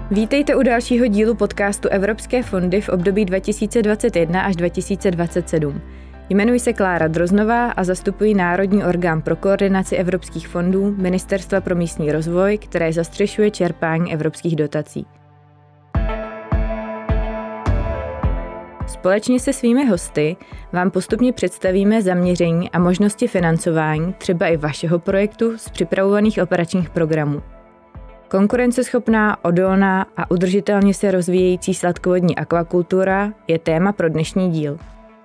Vítejte u dalšího dílu podcastu Evropské fondy v období 2021 až 2027. Jmenuji se Klára Droznová a zastupuji Národní orgán pro koordinaci evropských fondů Ministerstva pro místní rozvoj, které zastřešuje čerpání evropských dotací. Společně se svými hosty vám postupně představíme zaměření a možnosti financování třeba i vašeho projektu z připravovaných operačních programů. Konkurenceschopná, odolná a udržitelně se rozvíjející sladkovodní akvakultura je téma pro dnešní díl.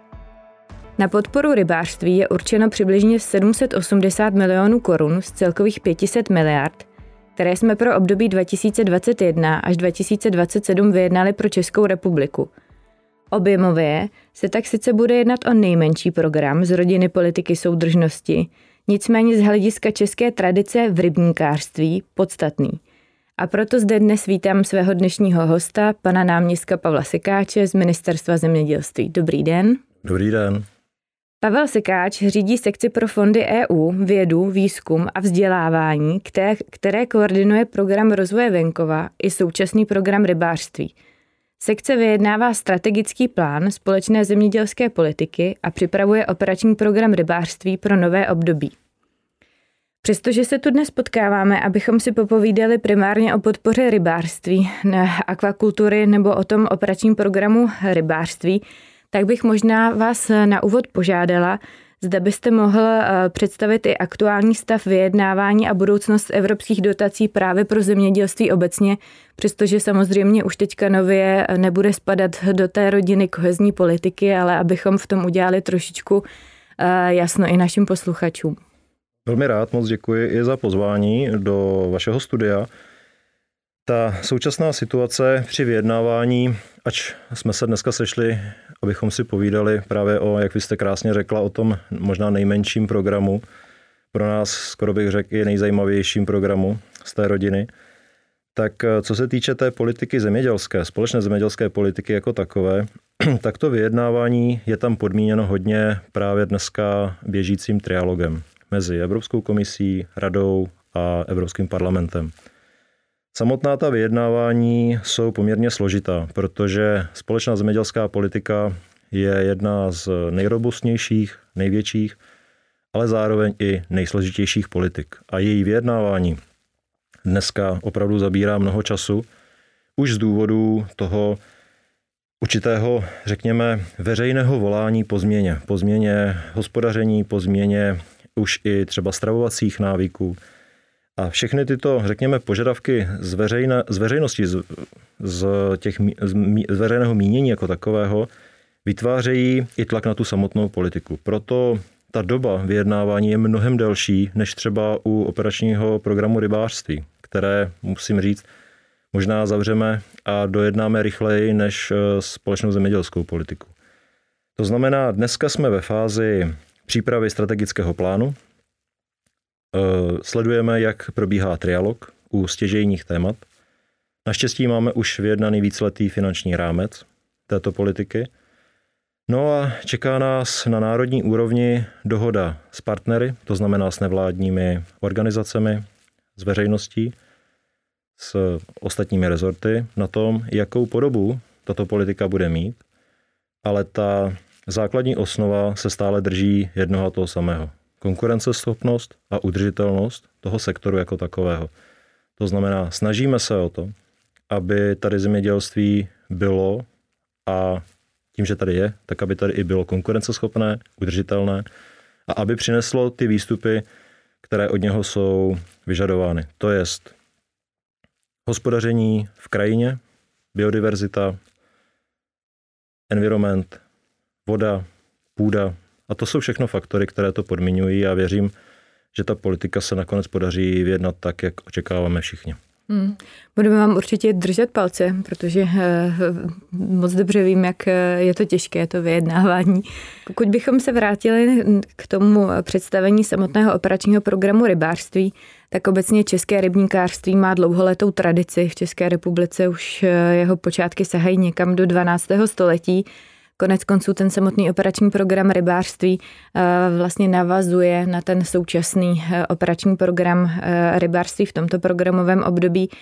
Na podporu rybářství je určeno přibližně 780 milionů korun z celkových 500 miliard, které jsme pro období 2021 až 2027 vyjednali pro Českou republiku. Objemově se tak sice bude jednat o nejmenší program z rodiny politiky soudržnosti, nicméně z hlediska české tradice v rybníkářství podstatný. A proto zde dnes vítám svého dnešního hosta, pana náměstka Pavla Sekáče z Ministerstva zemědělství. Dobrý den. Dobrý den. Pavel Sekáč řídí sekci pro fondy EU, vědu, výzkum a vzdělávání, které koordinuje program rozvoje venkova i současný program rybářství. Sekce vyjednává strategický plán společné zemědělské politiky a připravuje operační program rybářství pro nové období. Přestože se tu dnes potkáváme, abychom si popovídali primárně o podpoře rybářství, akvakultury nebo o tom operačním programu rybářství, tak bych možná vás na úvod požádala, zda byste mohl představit i aktuální stav vyjednávání a budoucnost evropských dotací právě pro zemědělství obecně, přestože samozřejmě už teďka nově nebude spadat do té rodiny kohezní politiky, ale abychom v tom udělali trošičku jasno i našim posluchačům. Velmi rád, moc děkuji i za pozvání do vašeho studia. Ta současná situace při vyjednávání, ač jsme se dneska sešli, abychom si povídali právě o, jak vy jste krásně řekla, o tom možná nejmenším programu, pro nás skoro bych řekl i nejzajímavějším programu z té rodiny. Tak co se týče té politiky zemědělské, společné zemědělské politiky jako takové, tak to vyjednávání je tam podmíněno hodně právě dneska běžícím trialogem mezi Evropskou komisí, Radou a Evropským parlamentem. Samotná ta vyjednávání jsou poměrně složitá, protože společná zemědělská politika je jedna z nejrobustnějších, největších, ale zároveň i nejsložitějších politik. A její vyjednávání dneska opravdu zabírá mnoho času, už z důvodu toho určitého, řekněme, veřejného volání po změně hospodaření, po změně už i třeba stravovacích návyků. A všechny tyto, řekněme, požadavky z veřejnosti, z veřejného mínění jako takového, vytvářejí i tlak na tu samotnou politiku. Proto ta doba vyjednávání je mnohem delší než třeba u operačního programu rybářství, které, musím říct, možná zavřeme a dojednáme rychleji než společnou zemědělskou politiku. To znamená, dneska jsme ve fázi přípravy strategického plánu. Sledujeme, jak probíhá trialog u stěžejních témat. Naštěstí máme už vyjednaný víceletý finanční rámec této politiky. No a čeká nás na národní úrovni dohoda s partnery, to znamená s nevládními organizacemi, s veřejností, s ostatními rezorty na tom, jakou podobu tato politika bude mít, ale ta základní osnova se stále drží jednoho a toho samého. Konkurenceschopnost a udržitelnost toho sektoru jako takového. To znamená, snažíme se o to, aby tady zemědělství bylo a tím, že tady je, tak aby tady i bylo konkurenceschopné, udržitelné a aby přineslo ty výstupy, které od něho jsou vyžadovány. To jest hospodaření v krajině, biodiverzita, environment, voda, půda. A to jsou všechno faktory, které to podmiňují a věřím, že ta politika se nakonec podaří vyjednat tak, jak očekáváme všichni. Budeme vám určitě držet palce, protože moc dobře vím, jak je to těžké, to vyjednávání. Pokud bychom se vrátili k tomu představení samotného operačního programu rybářství, tak obecně české rybníkářství má dlouholetou tradici. V České republice už jeho počátky sahají někam do 12. století. Konec konců ten samotný operační program rybářství vlastně navazuje na ten současný operační program rybářství v tomto programovém období.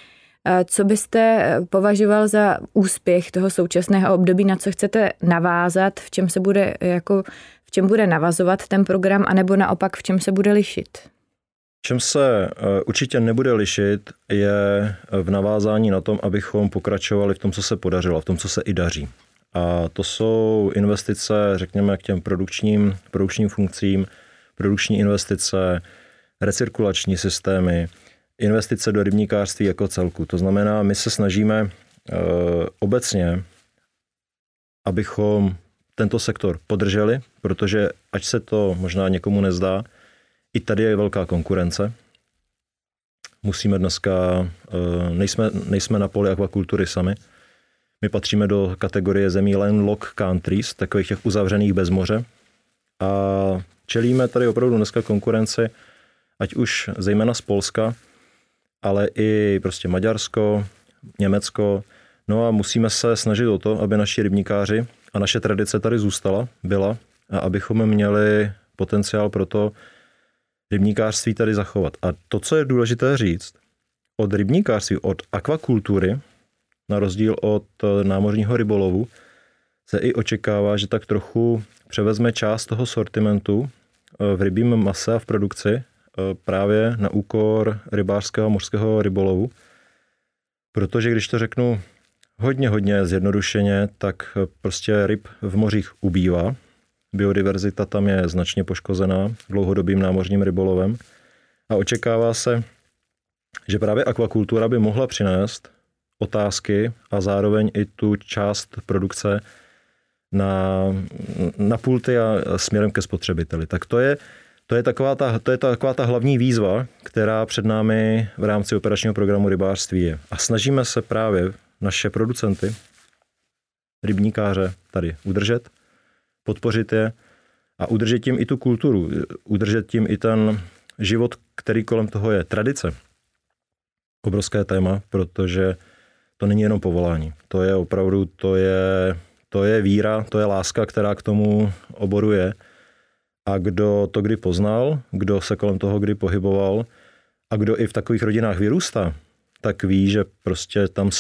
Co byste považoval za úspěch toho současného období, na co chcete navázat, v čem bude navazovat ten program, anebo naopak v čem se bude lišit? V čem se určitě nebude lišit, je v navázání na tom, abychom pokračovali v tom, co se podařilo, v tom, co se i daří. A to jsou investice, řekněme, k těm produkčním funkcím, produkční investice, recirkulační systémy, investice do rybníkářství jako celku. To znamená, my se snažíme obecně, abychom tento sektor podrželi, protože ať se to možná někomu nezdá, i tady je velká konkurence. Musíme dneska, nejsme na poli akvakultury sami. My patříme do kategorie zemí landlocked countries, takových těch uzavřených bez moře. A čelíme tady opravdu dneska konkurenci, ať už zejména z Polska, ale i prostě Maďarsko, Německo. No a musíme se snažit o to, aby naši rybníkáři a naše tradice tady byla a abychom měli potenciál pro to rybníkářství tady zachovat. A to, co je důležité říct, od rybníkářství, od akvakultury, na rozdíl od námořního rybolovu, se i očekává, že tak trochu převezme část toho sortimentu v rybím mase a v produkci právě na úkor rybářského a mořského rybolovu. Protože když to řeknu hodně zjednodušeně, tak prostě ryb v mořích ubývá. Biodiverzita tam je značně poškozená dlouhodobým námořním rybolovem a očekává se, že právě akvakultura by mohla přinést otázky a zároveň i tu část produkce na pulty a směrem ke spotřebiteli. Tak to je taková ta hlavní výzva, která před námi v rámci operačního programu rybářství je. A snažíme se právě naše producenty, rybníkáře tady udržet, podpořit je a udržet tím i tu kulturu, udržet tím i ten život, který kolem toho je. Tradice. Obrovské téma, protože to není jenom povolání. To je opravdu, to je víra, to je láska, která k tomu oboru je. A kdo to kdy poznal, kdo se kolem toho kdy pohyboval a kdo i v takových rodinách vyrůstá, tak ví, že prostě tam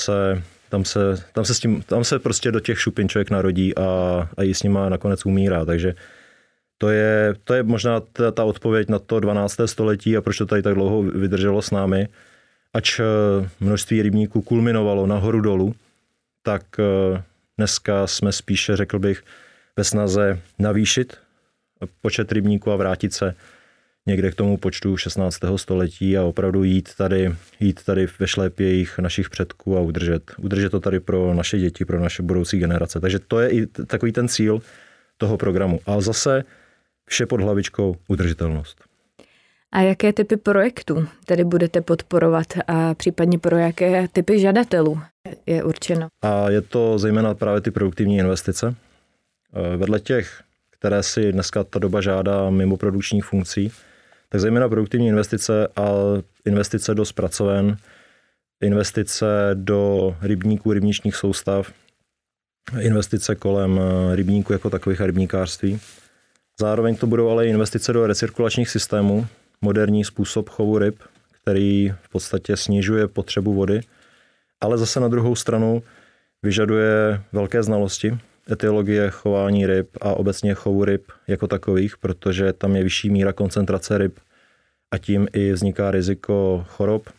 se prostě do těch šupin člověk narodí a i s nima nakonec umírá. Takže to je možná ta odpověď na to 12. století a proč to tady tak dlouho vydrželo s námi. Ač množství rybníků kulminovalo nahoru dolů, tak dneska jsme spíše, řekl bych, ve snaze navýšit počet rybníků a vrátit se někde k tomu počtu 16. století a opravdu jít tady ve šlépě našich předků a udržet to tady pro naše děti, pro naše budoucí generace. Takže to je i takový ten cíl toho programu. A zase vše pod hlavičkou udržitelnost. A jaké typy projektů tedy budete podporovat a případně pro jaké typy žadatelů je určeno? A je to zejména právě ty produktivní investice. Vedle těch, které si dneska ta doba žádá mimo produkčních funkcí, tak zejména produktivní investice a investice do zpracoven, investice do rybníků, rybničních soustav, investice kolem rybníků jako takových a rybníkářství. Zároveň to budou ale investice do recirkulačních systémů, moderní způsob chovu ryb, který v podstatě snižuje potřebu vody, ale zase na druhou stranu vyžaduje velké znalosti etiologie chování ryb a obecně chovu ryb jako takových, protože tam je vyšší míra koncentrace ryb a tím i vzniká riziko chorob.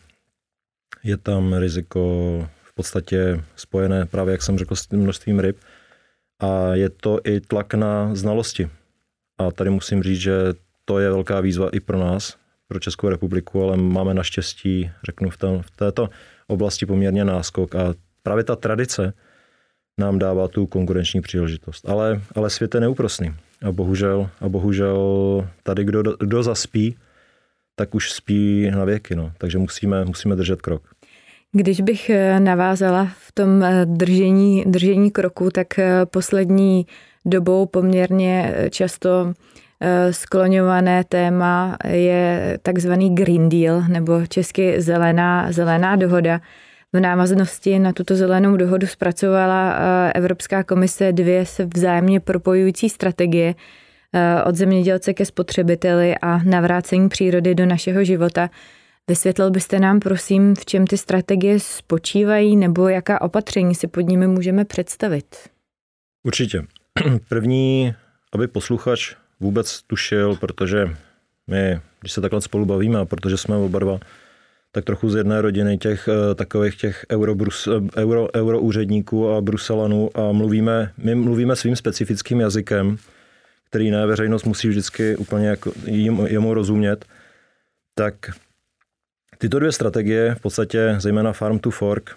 Je tam riziko v podstatě spojené právě, jak jsem řekl, s tím množstvím ryb a je to i tlak na znalosti. A tady musím říct, že to je velká výzva i pro nás, pro Českou republiku, ale máme naštěstí, řeknu, v této oblasti poměrně náskok a právě ta tradice nám dává tu konkurenční příležitost. Ale svět je neúprosný. A bohužel tady, kdo zaspí, tak už spí na věky. No. Takže musíme držet krok. Když bych navázala v tom držení kroku, tak poslední dobou poměrně často skloňované téma je takzvaný Green Deal, nebo česky zelená dohoda. V návaznosti na tuto zelenou dohodu zpracovala Evropská komise 2 se vzájemně propojující strategie od zemědělce ke spotřebiteli a navrácení přírody do našeho života. Vysvětlil byste nám, prosím, v čem ty strategie spočívají nebo jaká opatření si pod nimi můžeme představit? Určitě. První, aby posluchač vůbec tušil, protože my, když se takhle spolu bavíme, a protože jsme oba dva tak trochu z jedné rodiny takových těch euroúředníků a Bruselanů a my mluvíme svým specifickým jazykem, který ne veřejnost musí vždycky úplně jako jemu rozumět, tak tyto dvě strategie, v podstatě zejména Farm to Fork,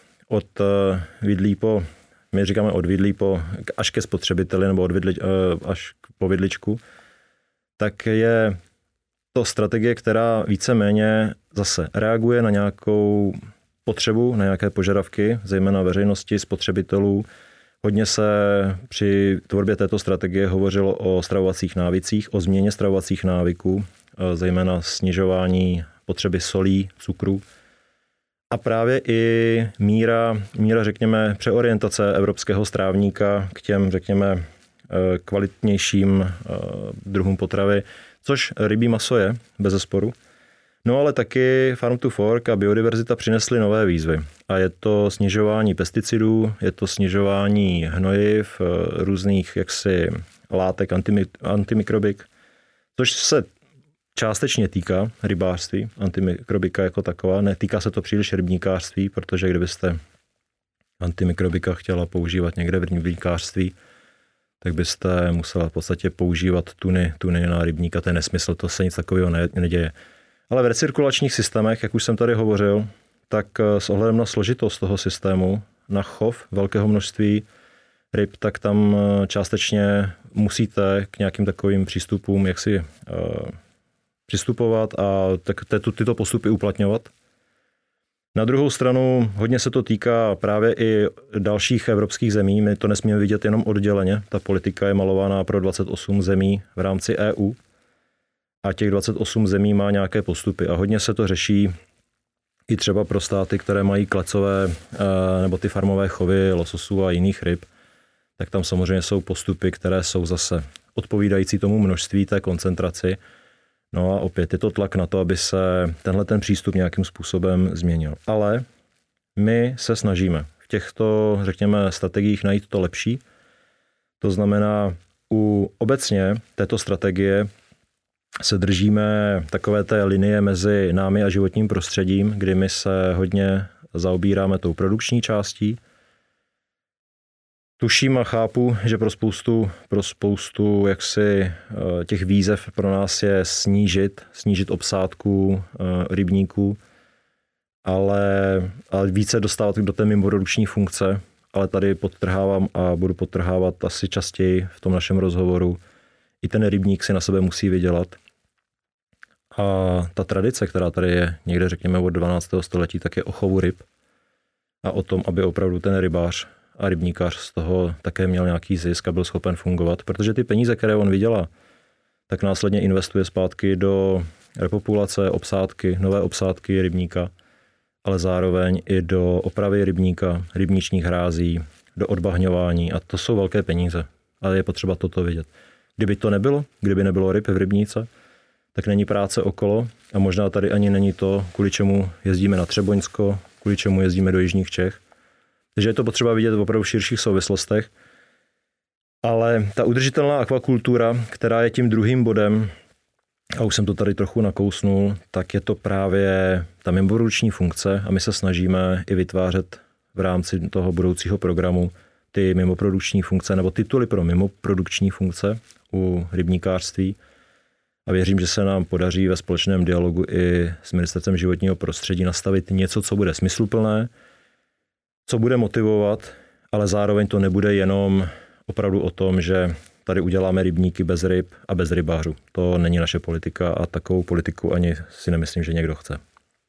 my říkáme od vidlí až ke spotřebiteli nebo až po vidličku, tak je to strategie, která víceméně zase reaguje na nějakou potřebu, na nějaké požadavky, zejména veřejnosti, spotřebitelů. Hodně se při tvorbě této strategie hovořilo o stravovacích návicích, o změně stravovacích návyků, zejména snižování potřeby solí, cukru. A právě i míra, řekněme, přeorientace evropského strávníka k těm, řekněme, kvalitnějším druhům potravy, což rybí maso je, bezesporu. No ale taky Farm to Fork a biodiverzita přinesly nové výzvy. A je to snižování pesticidů, je to snižování hnojiv, různých jaksi látek, antimikrobik, což se částečně týká rybářství, antimikrobika jako taková. Netýká se to příliš rybníkářství, protože kdybyste antimikrobika chtěla používat někde v rybníkářství, tak byste musela v podstatě používat tuny na rybníka. To je nesmysl, to se nic takového neděje. Ale v recirkulačních systémech, jak už jsem tady hovořil, tak s ohledem na složitost toho systému, na chov velkého množství ryb, tak tam částečně musíte k nějakým takovým přístupům jaksi přistupovat a tyto postupy uplatňovat. Na druhou stranu hodně se to týká právě i dalších evropských zemí. My to nesmíme vidět jenom odděleně. Ta politika je malována pro 28 zemí v rámci EU a těch 28 zemí má nějaké postupy a hodně se to řeší i třeba pro státy, které mají klecové nebo ty farmové chovy lososů a jiných ryb. Tak tam samozřejmě jsou postupy, které jsou zase odpovídající tomu množství, té koncentraci. No a opět je to tlak na to, aby se ten přístup nějakým způsobem změnil. Ale my se snažíme v těchto, řekněme, strategiích najít to lepší. To znamená, obecně této strategie se držíme takové té linie mezi námi a životním prostředím, kdy my se hodně zaobíráme tou produkční částí. Tuším a chápu, že pro spoustu jaksi těch výzev pro nás je snížit obsádku rybníků, ale více dostávat do té mimoprodukční funkce, ale tady podtrhávám a budu podtrhávat asi častěji v tom našem rozhovoru. I ten rybník si na sebe musí vydělat. A ta tradice, která tady je někde, řekněme, od 12. století, tak je o chovu ryb a o tom, aby opravdu ten rybář a rybníkař z toho také měl nějaký zisk a byl schopen fungovat, protože ty peníze, které on vydělá, tak následně investuje zpátky do repopulace, obsádky, nové obsádky rybníka, ale zároveň i do opravy rybníka, rybničních hrází, do odbahňování a to jsou velké peníze. Ale je potřeba toto vidět. Kdyby nebylo ryb v rybníce, tak není práce okolo a možná tady ani není to, kvůli čemu jezdíme na Třeboňsko, kvůli čemu jezdíme do jižních Čech. Takže je to potřeba vidět v opravdu širších souvislostech. Ale ta udržitelná akvakultura, která je tím druhým bodem, a už jsem to tady trochu nakousnul, tak je to právě ta mimoprodukční funkce a my se snažíme i vytvářet v rámci toho budoucího programu ty mimoprodukční funkce nebo tituly pro mimoprodukční funkce u rybníkářství. A věřím, že se nám podaří ve společném dialogu i s Ministerstvem životního prostředí nastavit něco, co bude smysluplné, co bude motivovat, ale zároveň to nebude jenom opravdu o tom, že tady uděláme rybníky bez ryb a bez rybářů. To není naše politika a takovou politiku ani si nemyslím, že někdo chce.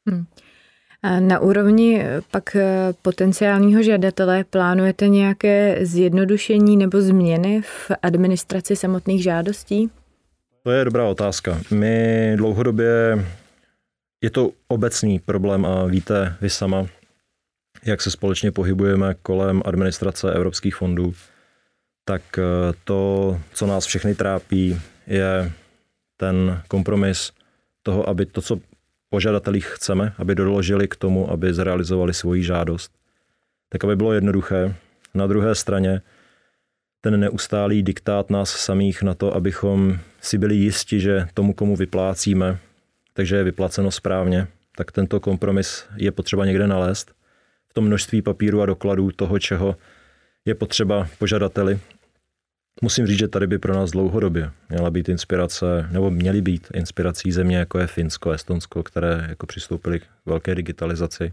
A na úrovni pak potenciálního žadatele plánujete nějaké zjednodušení nebo změny v administraci samotných žádostí? To je dobrá otázka. My dlouhodobě, je to obecný problém a víte vy sama, jak se společně pohybujeme kolem administrace evropských fondů, tak to, co nás všechny trápí, je ten kompromis toho, aby to, co požadatelích chceme, aby doložili k tomu, aby zrealizovali svoji žádost, tak aby bylo jednoduché. Na druhé straně ten neustálý diktát nás samých na to, abychom si byli jisti, že tomu, komu vyplácíme, takže je vyplaceno správně, tak tento kompromis je potřeba někde nalézt v tom množství papíru a dokladů toho, čeho je potřeba požadateli. Musím říct, že tady by pro nás dlouhodobě měla být inspirace, nebo měly být inspirací země, jako je Finsko, Estonsko, které jako přistoupily k velké digitalizaci.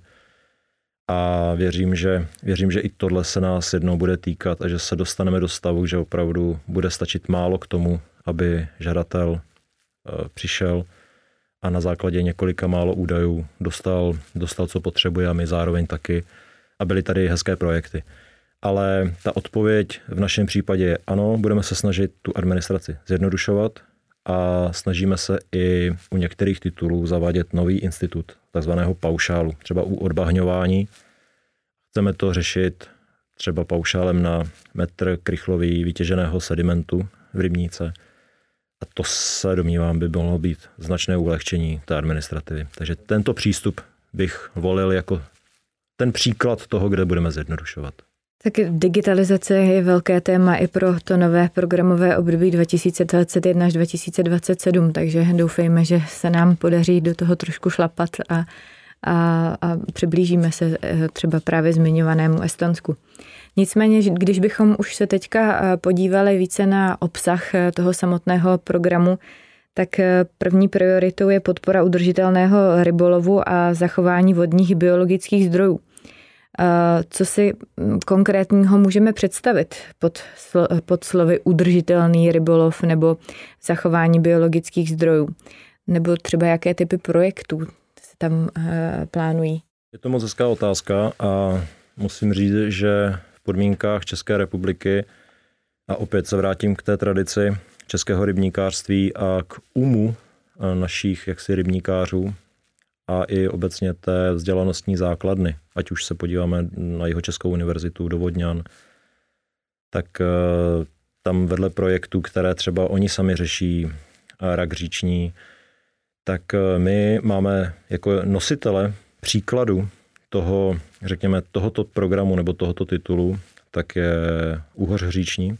A věřím, že i tohle se nás jednou bude týkat a že se dostaneme do stavu, že opravdu bude stačit málo k tomu, aby žadatel přišel a na základě několika málo údajů dostal, co potřebuje, a my zároveň taky, a byly tady hezké projekty. Ale ta odpověď v našem případě je ano, budeme se snažit tu administraci zjednodušovat a snažíme se i u některých titulů zavádět nový institut takzvaného paušálu. Třeba u odbahňování chceme to řešit třeba paušálem na metr krychlový vytěženého sedimentu v rybníce. A to se domnívám, by mohlo být značné ulehčení té administrativy. Takže tento přístup bych volil jako ten příklad toho, kde budeme zjednodušovat. Tak digitalizace je velké téma i pro to nové programové období 2021 až 2027, takže doufejme, že se nám podaří do toho trošku šlapat a přiblížíme se třeba právě zmiňovanému Estonsku. Nicméně, když bychom už se teďka podívali více na obsah toho samotného programu, tak první prioritou je podpora udržitelného rybolovu a zachování vodních biologických zdrojů. Co si konkrétního můžeme představit pod slovy udržitelný rybolov nebo zachování biologických zdrojů? Nebo třeba jaké typy projektů se tam plánují? Je to moc hezká otázka a musím říct, že v podmínkách České republiky, a opět se vrátím k té tradici českého rybníkářství a k našich rybníkářů, a i obecně té vzdělanostní základny, ať už se podíváme na Jihočeskou univerzitu do Vodňan, tak tam vedle projektů, které třeba oni sami řeší, rak říční, tak my máme jako nositele příkladu toho, řekněme, tohoto programu nebo tohoto titulu, tak je úhoř říční.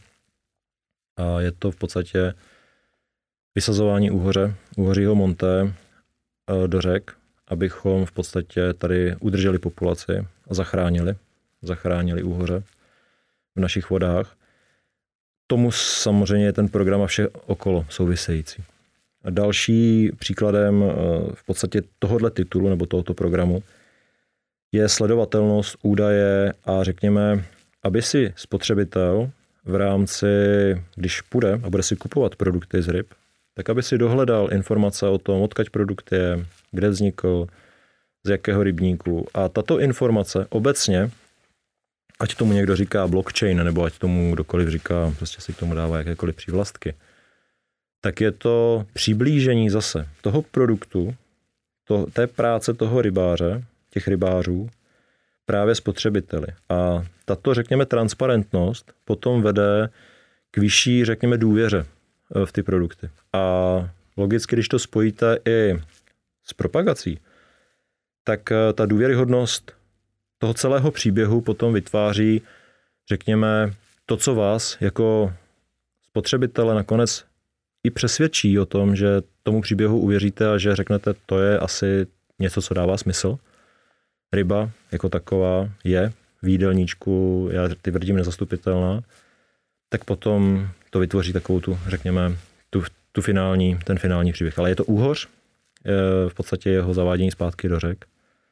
A je to v podstatě vysazování úhořího monté do řek, abychom v podstatě tady udrželi populaci a zachránili úhoře v našich vodách. Tomu samozřejmě je ten program a vše okolo související. A další příkladem v podstatě tohoto titulu nebo tohoto programu je sledovatelnost údaje a řekněme, aby si spotřebitel v rámci, když půjde a bude si kupovat produkty z ryb, tak aby si dohledal informace o tom, odkud produkt je, kde vznikl, z jakého rybníku. A tato informace obecně, ať tomu někdo říká blockchain, nebo ať tomu kdokoliv říká, prostě si k tomu dává jakékoliv přívlastky, tak je to přiblížení zase toho produktu, té práce toho rybáře, těch rybářů, právě spotřebiteli. A tato, řekněme, transparentnost potom vede k vyšší, řekněme, důvěře v ty produkty. A logicky, když to spojíte i s propagací, tak ta důvěryhodnost toho celého příběhu potom vytváří, řekněme, to, co vás jako spotřebitele nakonec i přesvědčí o tom, že tomu příběhu uvěříte a že řeknete, to je asi něco, co dává smysl. Ryba jako taková je v jídelníčku, já tvrdím nezastupitelná, tak potom to vytvoří takovou tu, řekněme, ten finální příběh. Ale je to úhoř, v podstatě jeho zavádění zpátky do řek.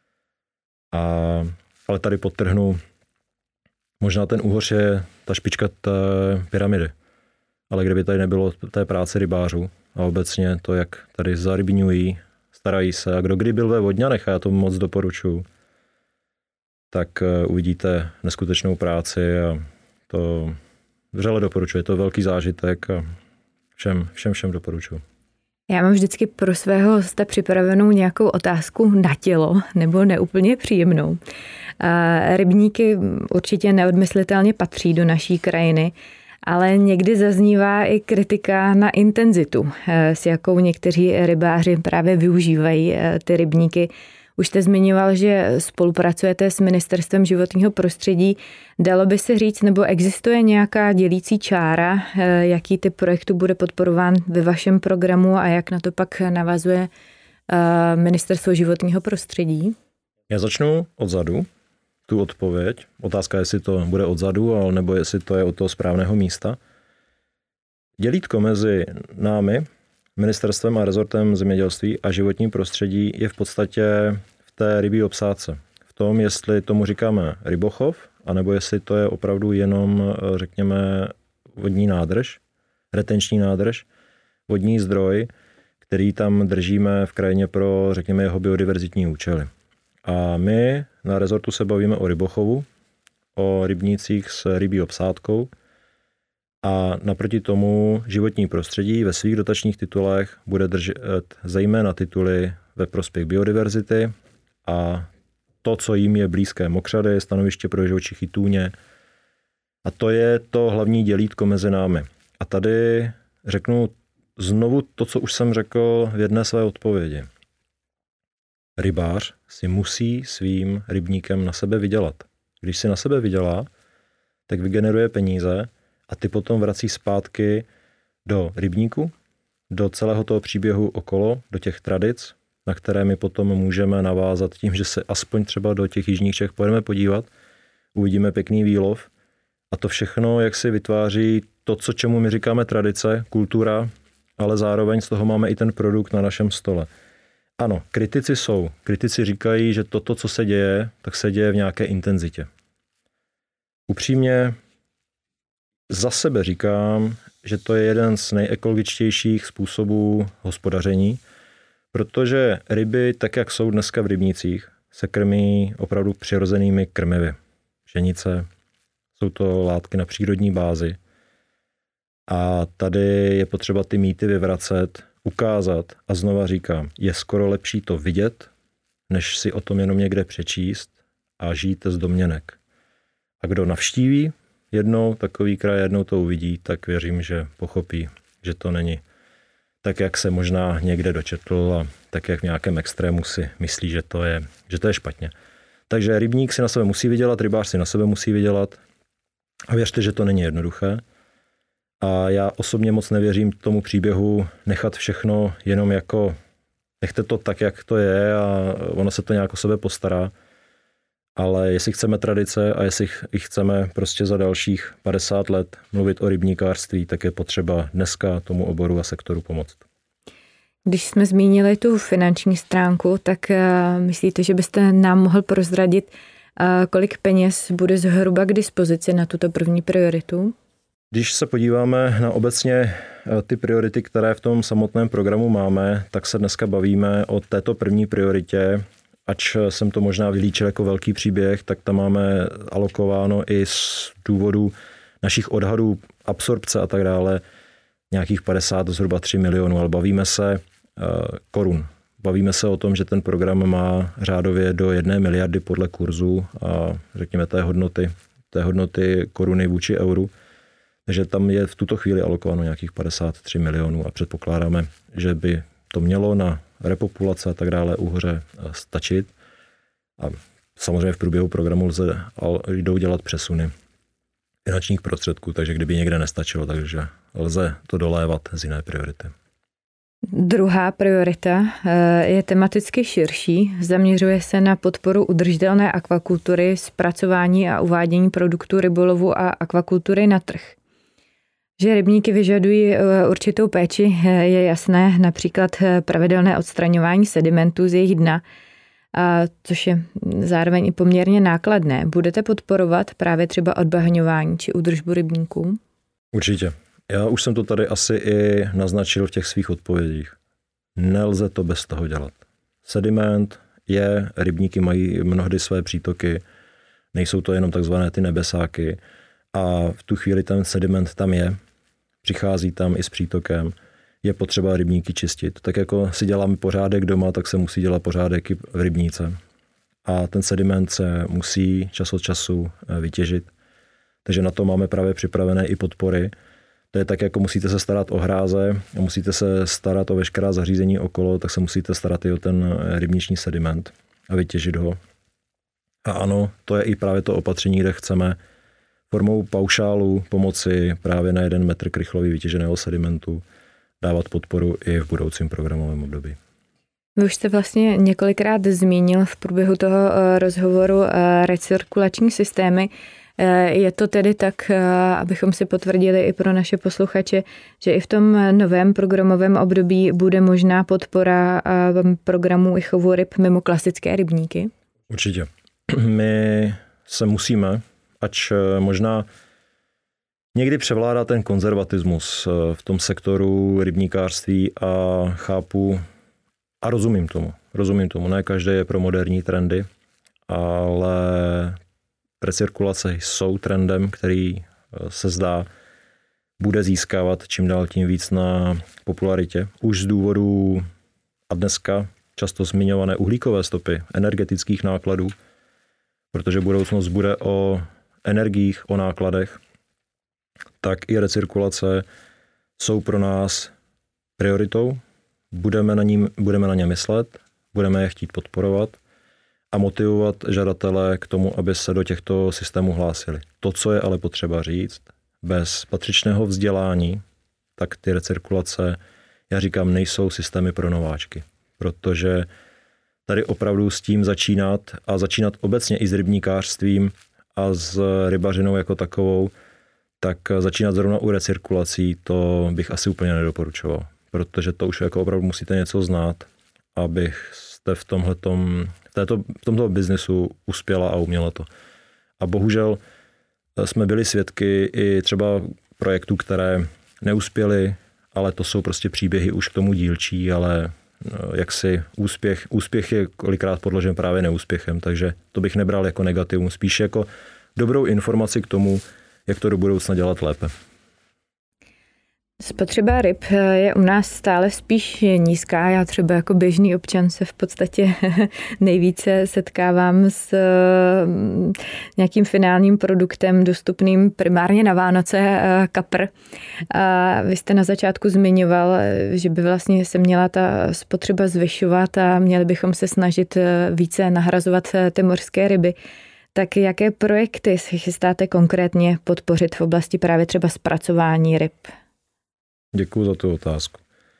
Ale tady podtrhnu, možná ten úhoř je ta špička té pyramidy. Ale kdyby tady nebylo té práce rybářů a obecně to, jak tady zarybňují, starají se, a kdo kdy byl ve Vodňanech, a já to moc doporučuji, tak uvidíte neskutečnou práci a to vřele doporučuji. Je to velký zážitek a všem doporučuji. Já mám vždycky pro svého hosta připravenou nějakou otázku na tělo, nebo neúplně příjemnou. Rybníky určitě neodmyslitelně patří do naší krajiny Ale někdy zaznívá i kritika na intenzitu, s jakou někteří rybáři právě využívají ty rybníky. Už jste zmiňoval, že spolupracujete s Ministerstvem životního prostředí. Dalo by se říct, nebo existuje nějaká dělící čára, jaký typ projektu bude podporován ve vašem programu a jak na to pak navazuje Ministerstvo životního prostředí? Já začnu odzadu, tu odpověď. Otázka je, jestli to bude odzadu, ale nebo jestli to je od toho správného místa. Dělítko mezi námi, ministerstvem a rezortem zemědělství a životním prostředí je v podstatě v té rybí obsádce. V tom, jestli tomu říkáme rybochov, anebo jestli to je opravdu jenom, řekněme, vodní nádrž, retenční nádrž, vodní zdroj, který tam držíme v krajině pro, řekněme, jeho biodiverzitní účely. A my na rezortu se bavíme o rybochovu, o rybnících s rybí obsádkou a naproti tomu životní prostředí ve svých dotačních titulech bude držet zejména tituly ve prospěch biodiverzity a to, co jim je blízké mokřady, stanoviště pro živočichy tůně. A to je to hlavní dělítko mezi námi. A tady řeknu znovu to, co už jsem řekl v jedné své odpovědi. Rybář si musí svým rybníkem na sebe vydělat. Když si na sebe vydělá, tak vygeneruje peníze a ty potom vrací zpátky do rybníku, do celého toho příběhu okolo, do těch tradic, na které my potom můžeme navázat tím, že se aspoň třeba do těch jižních Čech pojedeme podívat, uvidíme pěkný výlov a to všechno, jak si vytváří to, čemu my říkáme tradice, kultura, ale zároveň z toho máme i ten produkt na našem stole. Ano, kritici jsou. Kritici říkají, že toto, co se děje, tak se děje v nějaké intenzitě. Upřímně za sebe říkám, že to je jeden z nejekologičtějších způsobů hospodaření, protože ryby, tak jak jsou dneska v rybnících, se krmí opravdu přirozenými krmivy. Pšenice, jsou to látky na přírodní bázi. A tady je potřeba ty mýty vyvracet, ukázat a znova říkám, je skoro lepší to vidět, než si o tom jenom někde přečíst a žít z domněnek. A kdo navštíví jednou takový kraj, jednou to uvidí, tak věřím, že pochopí, že to není tak, jak se možná někde dočetl a tak, jak v nějakém extrému si myslí, že to je špatně. Takže rybník si na sebe musí vydělat, rybář si na sebe musí vydělat a věřte, že to není jednoduché. A já osobně moc nevěřím tomu příběhu nechat všechno jenom jako nechte to tak, jak to je a ono se to nějak o sebe postará. Ale jestli chceme tradice a jestli chceme prostě za dalších 50 let mluvit o rybníkářství, tak je potřeba dneska tomu oboru a sektoru pomoct. Když jsme zmínili tu finanční stránku, tak myslíte, že byste nám mohl prozradit, kolik peněz bude zhruba k dispozici na tuto první prioritu? Když se podíváme na obecně ty priority, které v tom samotném programu máme, tak se dneska bavíme o této první prioritě. Ač jsem to možná vylíčil jako velký příběh, tak tam máme alokováno i z důvodu našich odhadů absorpce a tak dále nějakých 50 zhruba 3 milionů, ale bavíme se korun. Bavíme se o tom, že ten program má řádově do 1 miliardy podle kurzu a řekněme té hodnoty koruny vůči euru. Takže tam je v tuto chvíli alokováno nějakých 53 milionů a předpokládáme, že by to mělo na repopulace a tak dále uhoře stačit. A samozřejmě v průběhu programu jdou dělat přesuny finančních prostředků, takže kdyby někde nestačilo, takže lze to dolévat z jiné priority. Druhá priorita je tematicky širší. Zaměřuje se na podporu udržitelné akvakultury, zpracování a uvádění produktů rybolovu a akvakultury na trh. Že rybníky vyžadují určitou péči, je jasné, například pravidelné odstraňování sedimentů z jejich dna, což je zároveň i poměrně nákladné. Budete podporovat právě třeba odbahňování či údržbu rybníků? Určitě. Já už jsem to tady asi i naznačil v těch svých odpovědích. Nelze to bez toho dělat. Sediment rybníky mají mnohdy své přítoky, nejsou to jenom takzvané ty nebesáky a v tu chvíli ten sediment tam je, přichází tam i s přítokem, je potřeba rybníky čistit. Tak jako si děláme pořádek doma, tak se musí dělat pořádek i v rybníce. A ten sediment se musí čas od času vytěžit. Takže na to máme právě připravené i podpory. To je tak, jako musíte se starat o hráze, musíte se starat o veškerá zařízení okolo, tak se musíte starat i o ten rybniční sediment a vytěžit ho. A ano, to je i právě to opatření, kde chceme formou paušálu pomoci právě na 1 metr krychlový vytěženého sedimentu dávat podporu i v budoucím programovém období. Vy už jste vlastně několikrát zmínil v průběhu toho rozhovoru recirkulační systémy. Je to tedy tak, abychom si potvrdili i pro naše posluchače, že i v tom novém programovém období bude možná podpora programů i chovu ryb mimo klasické rybníky? Určitě. My se musíme, ač možná někdy převládá ten konzervatismus v tom sektoru rybníkářství a chápu a rozumím tomu. Ne každý je pro moderní trendy, ale recirkulace jsou trendem, který se zdá bude získávat čím dál tím víc na popularitě. Už z důvodu a dneska často zmiňované uhlíkové stopy, energetických nákladů, protože budoucnost bude o energiích, o nákladech, tak i recirkulace jsou pro nás prioritou. Budeme na ně myslet, budeme je chtít podporovat a motivovat žadatele k tomu, aby se do těchto systémů hlásili. To, co je ale potřeba říct, bez patřičného vzdělání, tak ty recirkulace, já říkám, nejsou systémy pro nováčky, protože tady opravdu s tím začínat obecně i s rybníkářstvím a s rybařinou jako takovou, tak začínat zrovna u recirkulací, to bych asi úplně nedoporučoval, protože to už jako opravdu musíte něco znát, abyste v tomto biznesu uspěla a uměla to. A bohužel jsme byli svědky i třeba projektů, které neuspěly, ale to jsou prostě příběhy už k tomu dílčí, ale jaksi úspěch je kolikrát podložen právě neúspěchem, takže to bych nebral jako negativum, spíš jako dobrou informaci k tomu, jak to do budoucna dělat lépe. Spotřeba ryb je u nás stále spíš nízká. Já třeba jako běžný občan se v podstatě nejvíce setkávám s nějakým finálním produktem dostupným primárně na Vánoce, kapr. A vy jste na začátku zmiňoval, že by vlastně se měla ta spotřeba zvyšovat a měli bychom se snažit více nahrazovat ty mořské ryby. Tak jaké projekty si chystáte konkrétně podpořit v oblasti právě třeba zpracování ryb? Děkuji za tu otázku.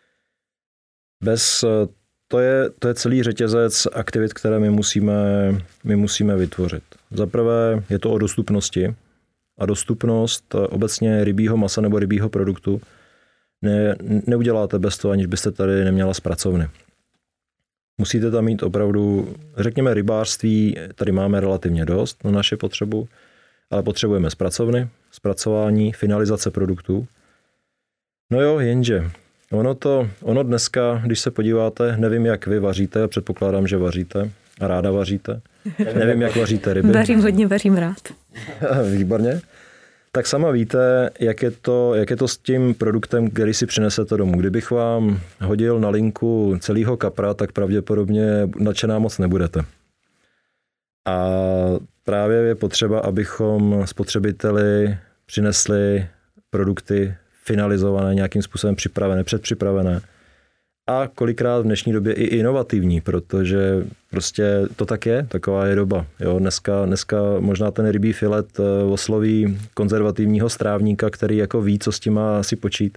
To je celý řetězec aktivit, které my musíme vytvořit. Za prvé je to o dostupnosti a dostupnost obecně rybího masa nebo rybího produktu neuděláte bez toho, aniž byste tady neměla zpracovny. Musíte tam mít opravdu, řekněme, rybářství, tady máme relativně dost na naši potřebu, ale potřebujeme zpracovny, zpracování, finalizace produktů. No jo, jenže ono dneska, když se podíváte, nevím, jak vy vaříte, předpokládám, že vaříte a ráda vaříte. Nevím, jak vaříte ryby. Vařím rád. Výborně. Tak sama víte, jak je to s tím produktem, který si přinesete domů. Kdybych vám hodil na linku celého kapra, tak pravděpodobně nadšená moc nebudete. A právě je potřeba, abychom spotřebiteli přinesli produkty finalizované, nějakým způsobem připravené, předpřipravené a kolikrát v dnešní době i inovativní, protože prostě to tak je, taková je doba. Jo, dneska možná ten rybí filet osloví konzervativního strávníka, který jako ví, co s tím má si počít,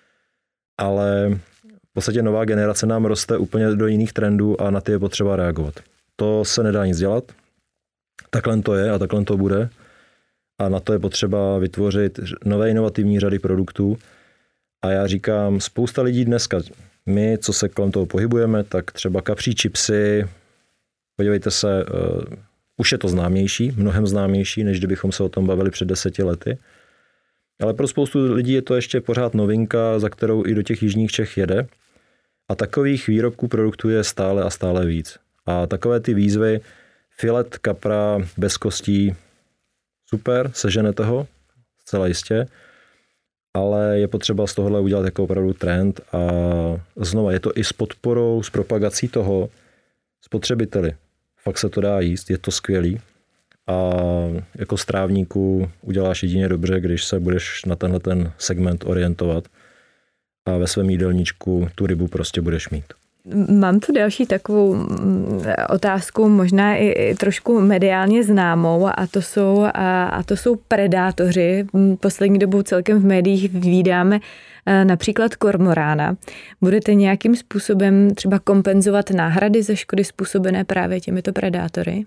ale v podstatě nová generace nám roste úplně do jiných trendů a na ty je potřeba reagovat. To se nedá nic dělat, takhle to je a takhle to bude. A na to je potřeba vytvořit nové inovativní řady produktů. A já říkám, spousta lidí dneska, my, co se kolem toho pohybujeme, tak třeba kapří chipsy, podívejte se, už je to známější, mnohem známější, než kdybychom se o tom bavili před 10 lety. Ale pro spoustu lidí je to ještě pořád novinka, za kterou i do těch jižních Čech jede. A takových výrobků produktů je stále a stále víc. A takové ty výzvy, filet kapra bez kostí, super, seženete ho, zcela jistě, ale je potřeba z tohohle udělat jako opravdu trend a znova je to i s podporou, s propagací toho spotřebiteli. Fakt se to dá jíst, je to skvělý a jako strávníku uděláš jedině dobře, když se budeš na tenhle ten segment orientovat a ve svém jídelníčku tu rybu prostě budeš mít. Mám tu další takovou otázku, možná i trošku mediálně známou, a to jsou predátoři. Poslední dobou celkem v médiích vídáme například kormorána. Budete nějakým způsobem třeba kompenzovat náhrady za škody způsobené právě těmito predátory?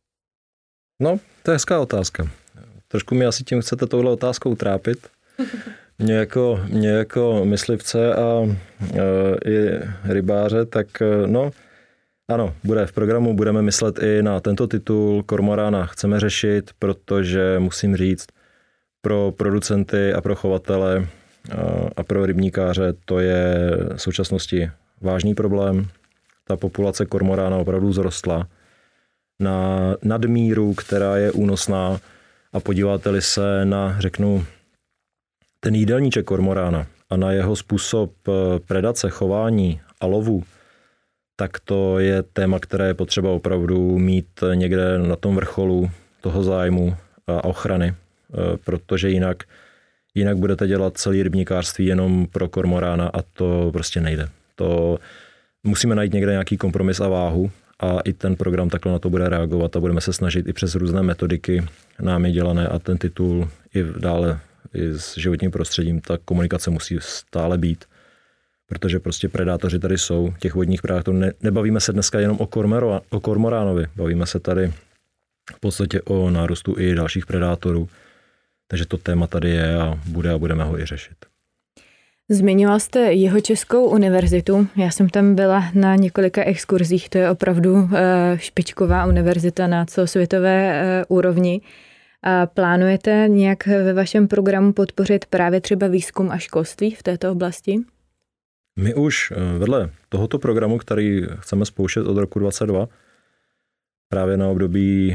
No, to je hezká otázka. Trošku mi asi tím chcete touhle otázkou trápit. Mě jako myslivce a i rybáře, tak no, ano, bude v programu, budeme myslet i na tento titul. Kormorána chceme řešit, protože musím říct, pro producenty a pro chovatele a pro rybníkáře to je v současnosti vážný problém. Ta populace kormorána opravdu zrostla na nadmíru, která je únosná, a podíváte-li se na, řeknu, ten jídelníček kormorána a na jeho způsob predace, chování a lovu, tak to je téma, které je potřeba opravdu mít někde na tom vrcholu toho zájmu a ochrany, protože jinak budete dělat celý rybníkářství jenom pro kormorána a to prostě nejde. To musíme najít někde nějaký kompromis a váhu a i ten program takhle na to bude reagovat a budeme se snažit i přes různé metodiky námi dělané a ten titul i dále i s životním prostředím, ta komunikace musí stále být, protože prostě predátoři tady jsou, těch vodních predátorů. Nebavíme se dneska jenom o kormoránovi, bavíme se tady v podstatě o nárůstu i dalších predátorů, takže to téma tady je a budeme ho i řešit. Zmiňoval jste Jihočeskou univerzitu, já jsem tam byla na několika exkurzích, to je opravdu špičková univerzita na celosvětové úrovni. A plánujete nějak ve vašem programu podpořit právě třeba výzkum a školství v této oblasti? My už vedle tohoto programu, který chceme spouštět od roku 2022, právě na období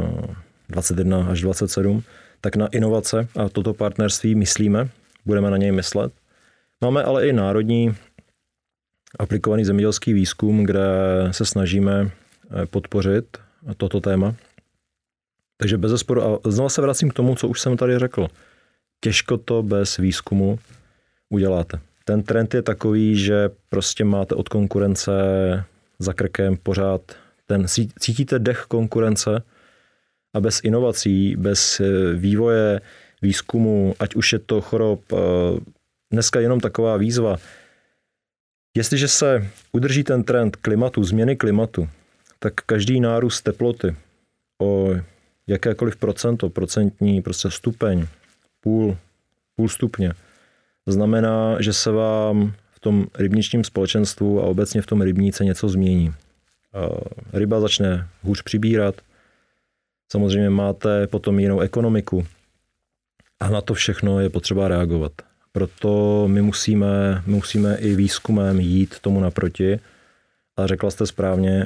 21 až 27, tak na inovace a toto partnerství myslíme, budeme na něj myslet. Máme ale i národní aplikovaný zemědělský výzkum, kde se snažíme podpořit toto téma. Takže bezesporu, a znovu se vracím k tomu, co už jsem tady řekl. Těžko to bez výzkumu uděláte. Ten trend je takový, že prostě máte od konkurence za krkem pořád cítíte dech konkurence a bez inovací, bez vývoje, výzkumu, ať už je to chorob, dneska jenom taková výzva. Jestliže se udrží ten trend klimatu, změny klimatu, tak každý nárůst teploty o jakékoliv procentní prostě stupeň, půl stupně, znamená, že se vám v tom rybničním společenstvu a obecně v tom rybníce něco změní. Ryba začne hůř přibírat, samozřejmě máte potom jinou ekonomiku a na to všechno je potřeba reagovat. Proto my musíme i výzkumem jít tomu naproti. A řekla jste správně,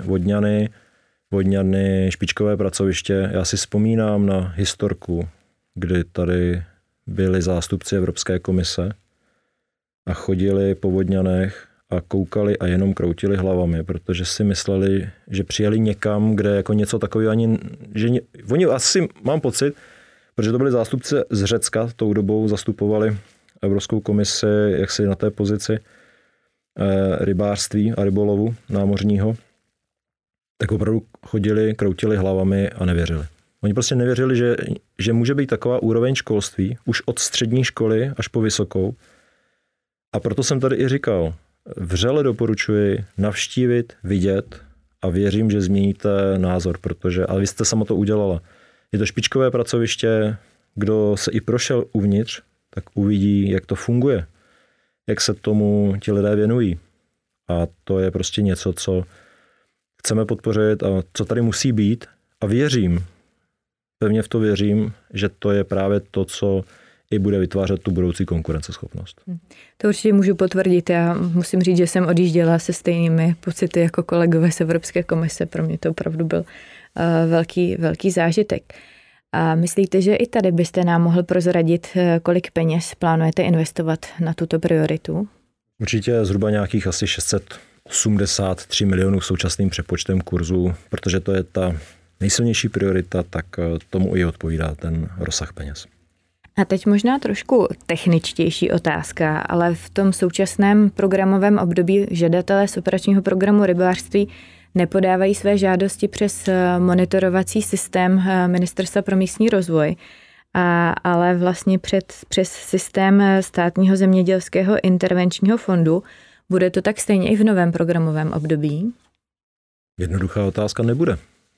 vodňany, špičkové pracoviště. Já si vzpomínám na historku, kdy tady byli zástupci Evropské komise a chodili po vodňanech a koukali a jenom kroutili hlavami, protože si mysleli, že přijeli někam, kde jako něco takového ani... Oni asi, mám pocit, protože to byli zástupci z Řecka, tou dobou zastupovali Evropskou komisi jaksi na té pozici rybářství a rybolovu námořního, tak opravdu chodili, kroutili hlavami a nevěřili. Oni prostě nevěřili, že může být taková úroveň školství, už od střední školy až po vysokou. A proto jsem tady i říkal, vřele doporučuji navštívit, vidět a věřím, že změníte názor, protože, ale vy jste sama to udělala. Je to špičkové pracoviště, kdo se i prošel uvnitř, tak uvidí, jak to funguje, jak se tomu ti lidé věnují. A to je prostě něco, co chceme podpořit a co tady musí být. A věřím, pevně v to věřím, že to je právě to, co i bude vytvářet tu budoucí konkurenceschopnost. To určitě můžu potvrdit. Já musím říct, že jsem odjížděla se stejnými pocity jako kolegové z Evropské komise. Pro mě to opravdu byl velký zážitek. A myslíte, že i tady byste nám mohl prozradit, kolik peněz plánujete investovat na tuto prioritu? Určitě zhruba nějakých asi 683 milionů současným přepočtem kurzu, protože to je ta nejsilnější priorita, tak tomu i odpovídá ten rozsah peněz. A teď možná trošku techničtější otázka, ale v tom současném programovém období žadatelé z operačního programu rybářství nepodávají své žádosti přes monitorovací systém Ministerstva pro místní rozvoj, ale vlastně přes systém Státního zemědělského intervenčního fondu. Bude to tak stejně i v novém programovém období? Jednoduchá otázka nebude.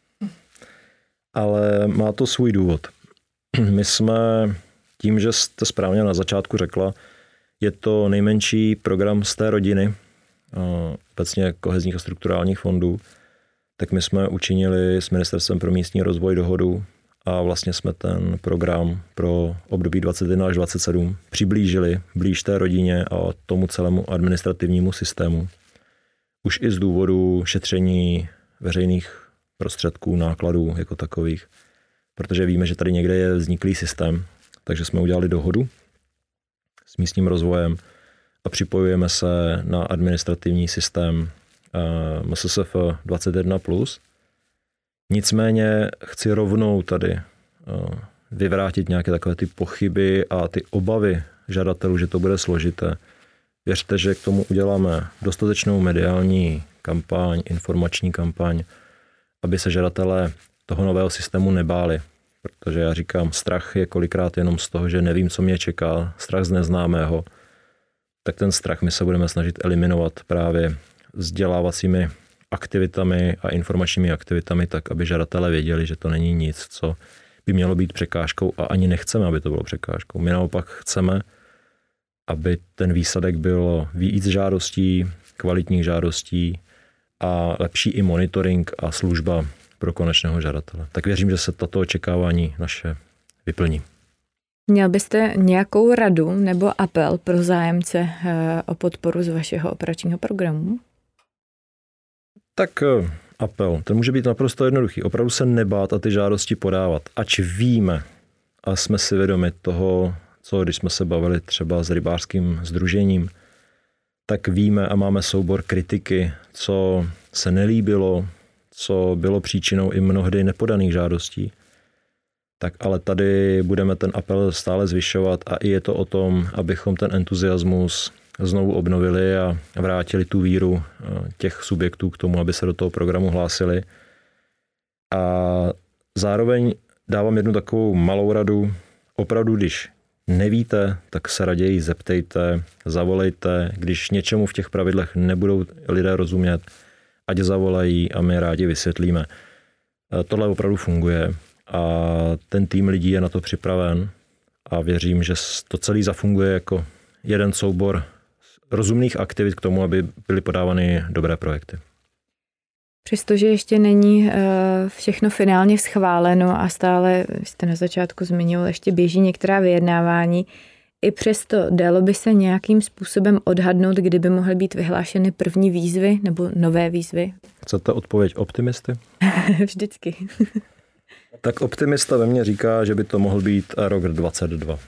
Ale má to svůj důvod. My jsme tím, že jste správně na začátku řekla, je to nejmenší program z té rodiny, obecně kohezních a strukturálních fondů, tak my jsme učinili s Ministerstvem pro místní rozvoj dohodu a vlastně jsme ten program pro období 21 až 27 přiblížili blíž té rodině a tomu celému administrativnímu systému. Už i z důvodu šetření veřejných prostředků, nákladů jako takových, protože víme, že tady někde je vzniklý systém, takže jsme udělali dohodu s místním rozvojem a připojujeme se na administrativní systém MSSF 21+. Nicméně chci rovnou tady vyvrátit nějaké takové ty pochyby a ty obavy žadatelů, že to bude složité. Věřte, že k tomu uděláme dostatečnou mediální kampaň, informační kampaň, aby se žadatelé toho nového systému nebáli. Protože já říkám, strach je kolikrát jenom z toho, že nevím, co mě čeká, strach z neznámého. Tak ten strach my se budeme snažit eliminovat právě vzdělávacími aktivitami a informačními aktivitami, tak aby žadatelé věděli, že to není nic, co by mělo být překážkou a ani nechceme, aby to bylo překážkou. My naopak chceme, aby ten výsledek byl víc žádostí, kvalitních žádostí a lepší i monitoring a služba pro konečného žadatele. Tak věřím, že se tato očekávání naše vyplní. Měl byste nějakou radu nebo apel pro zájemce o podporu z vašeho operačního programu? Tak apel, ten může být naprosto jednoduchý. Opravdu se nebát a ty žádosti podávat. Ač víme a jsme si vědomi toho, co když jsme se bavili třeba s rybářským sdružením, tak víme a máme soubor kritiky, co se nelíbilo, co bylo příčinou i mnohdy nepodaných žádostí. Tak ale tady budeme ten apel stále zvyšovat a i je to o tom, abychom ten entuziasmus znovu obnovili a vrátili tu víru těch subjektů k tomu, aby se do toho programu hlásili. A zároveň dávám jednu takovou malou radu. Opravdu, když nevíte, tak se raději zeptejte, zavolejte. Když něčemu v těch pravidlech nebudou lidé rozumět, ať zavolají a my rádi vysvětlíme. Tohle opravdu funguje a ten tým lidí je na to připraven a věřím, že to celé zafunguje jako jeden soubor rozumných aktivit k tomu, aby byly podávány dobré projekty. Přestože ještě není všechno finálně schváleno a stále, jste na začátku zmiňoval, ještě běží některá vyjednávání, i přesto dalo by se nějakým způsobem odhadnout, kdyby mohly být vyhlášeny první výzvy nebo nové výzvy? Chcete odpověď optimisty? Vždycky. Tak optimista ve mně říká, že by to mohl být rok 2022.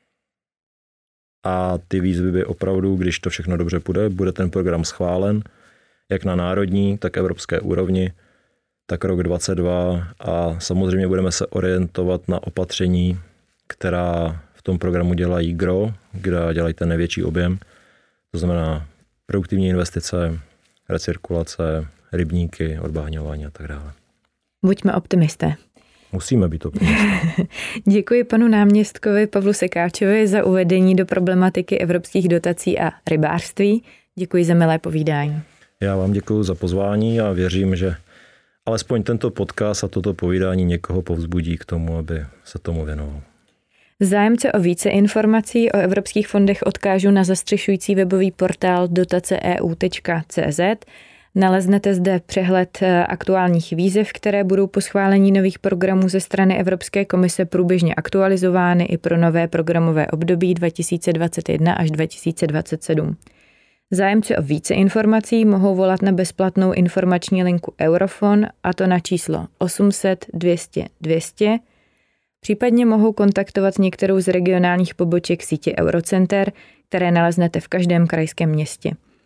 A ty výzvy by opravdu, když to všechno dobře půjde, bude ten program schválen, jak na národní, tak evropské úrovni, tak rok 2022 a samozřejmě budeme se orientovat na opatření, která v tom programu dělají GRO, kde dělají ten největší objem, to znamená produktivní investice, recirkulace, rybníky, odbahňování a tak dále. Buďme optimisté. Musíme být optimisté. Děkuji panu náměstkovi Pavlu Sekáčovi za uvedení do problematiky evropských dotací a rybářství. Děkuji za milé povídání. Já vám děkuji za pozvání a věřím, že alespoň tento podcast a toto povídání někoho povzbudí k tomu, aby se tomu věnoval. Zájemce o více informací o evropských fondech odkážu na zastřešující webový portál dotaceeu.cz. Naleznete zde přehled aktuálních výzev, které budou po schválení nových programů ze strany Evropské komise průběžně aktualizovány i pro nové programové období 2021 až 2027. Zájemci o více informací mohou volat na bezplatnou informační linku Eurofon, a to na číslo 800 200 200. Případně mohou kontaktovat některou z regionálních poboček sítě Eurocenter, které naleznete v každém krajském městě.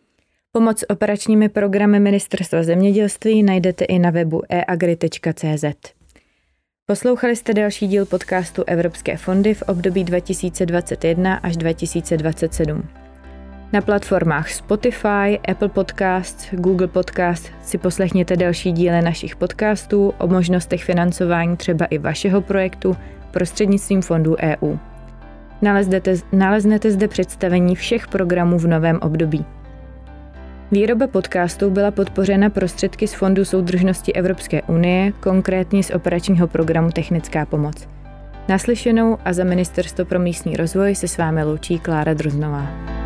Pomoc s operačními programy Ministerstva zemědělství najdete i na webu eagri.cz. Poslouchali jste další díl podcastu Evropské fondy v období 2021 až 2027. Na platformách Spotify, Apple Podcasts, Google Podcasts si poslechněte další díly našich podcastů o možnostech financování třeba i vašeho projektu prostřednictvím fondů EU. Naleznete zde představení všech programů v novém období. Výroba podcastů byla podpořena prostředky z Fondu soudržnosti Evropské unie, konkrétně z operačního programu Technická pomoc. Naslyšenou a za Ministerstvo pro místní rozvoj se s vámi loučí Klára Droznová.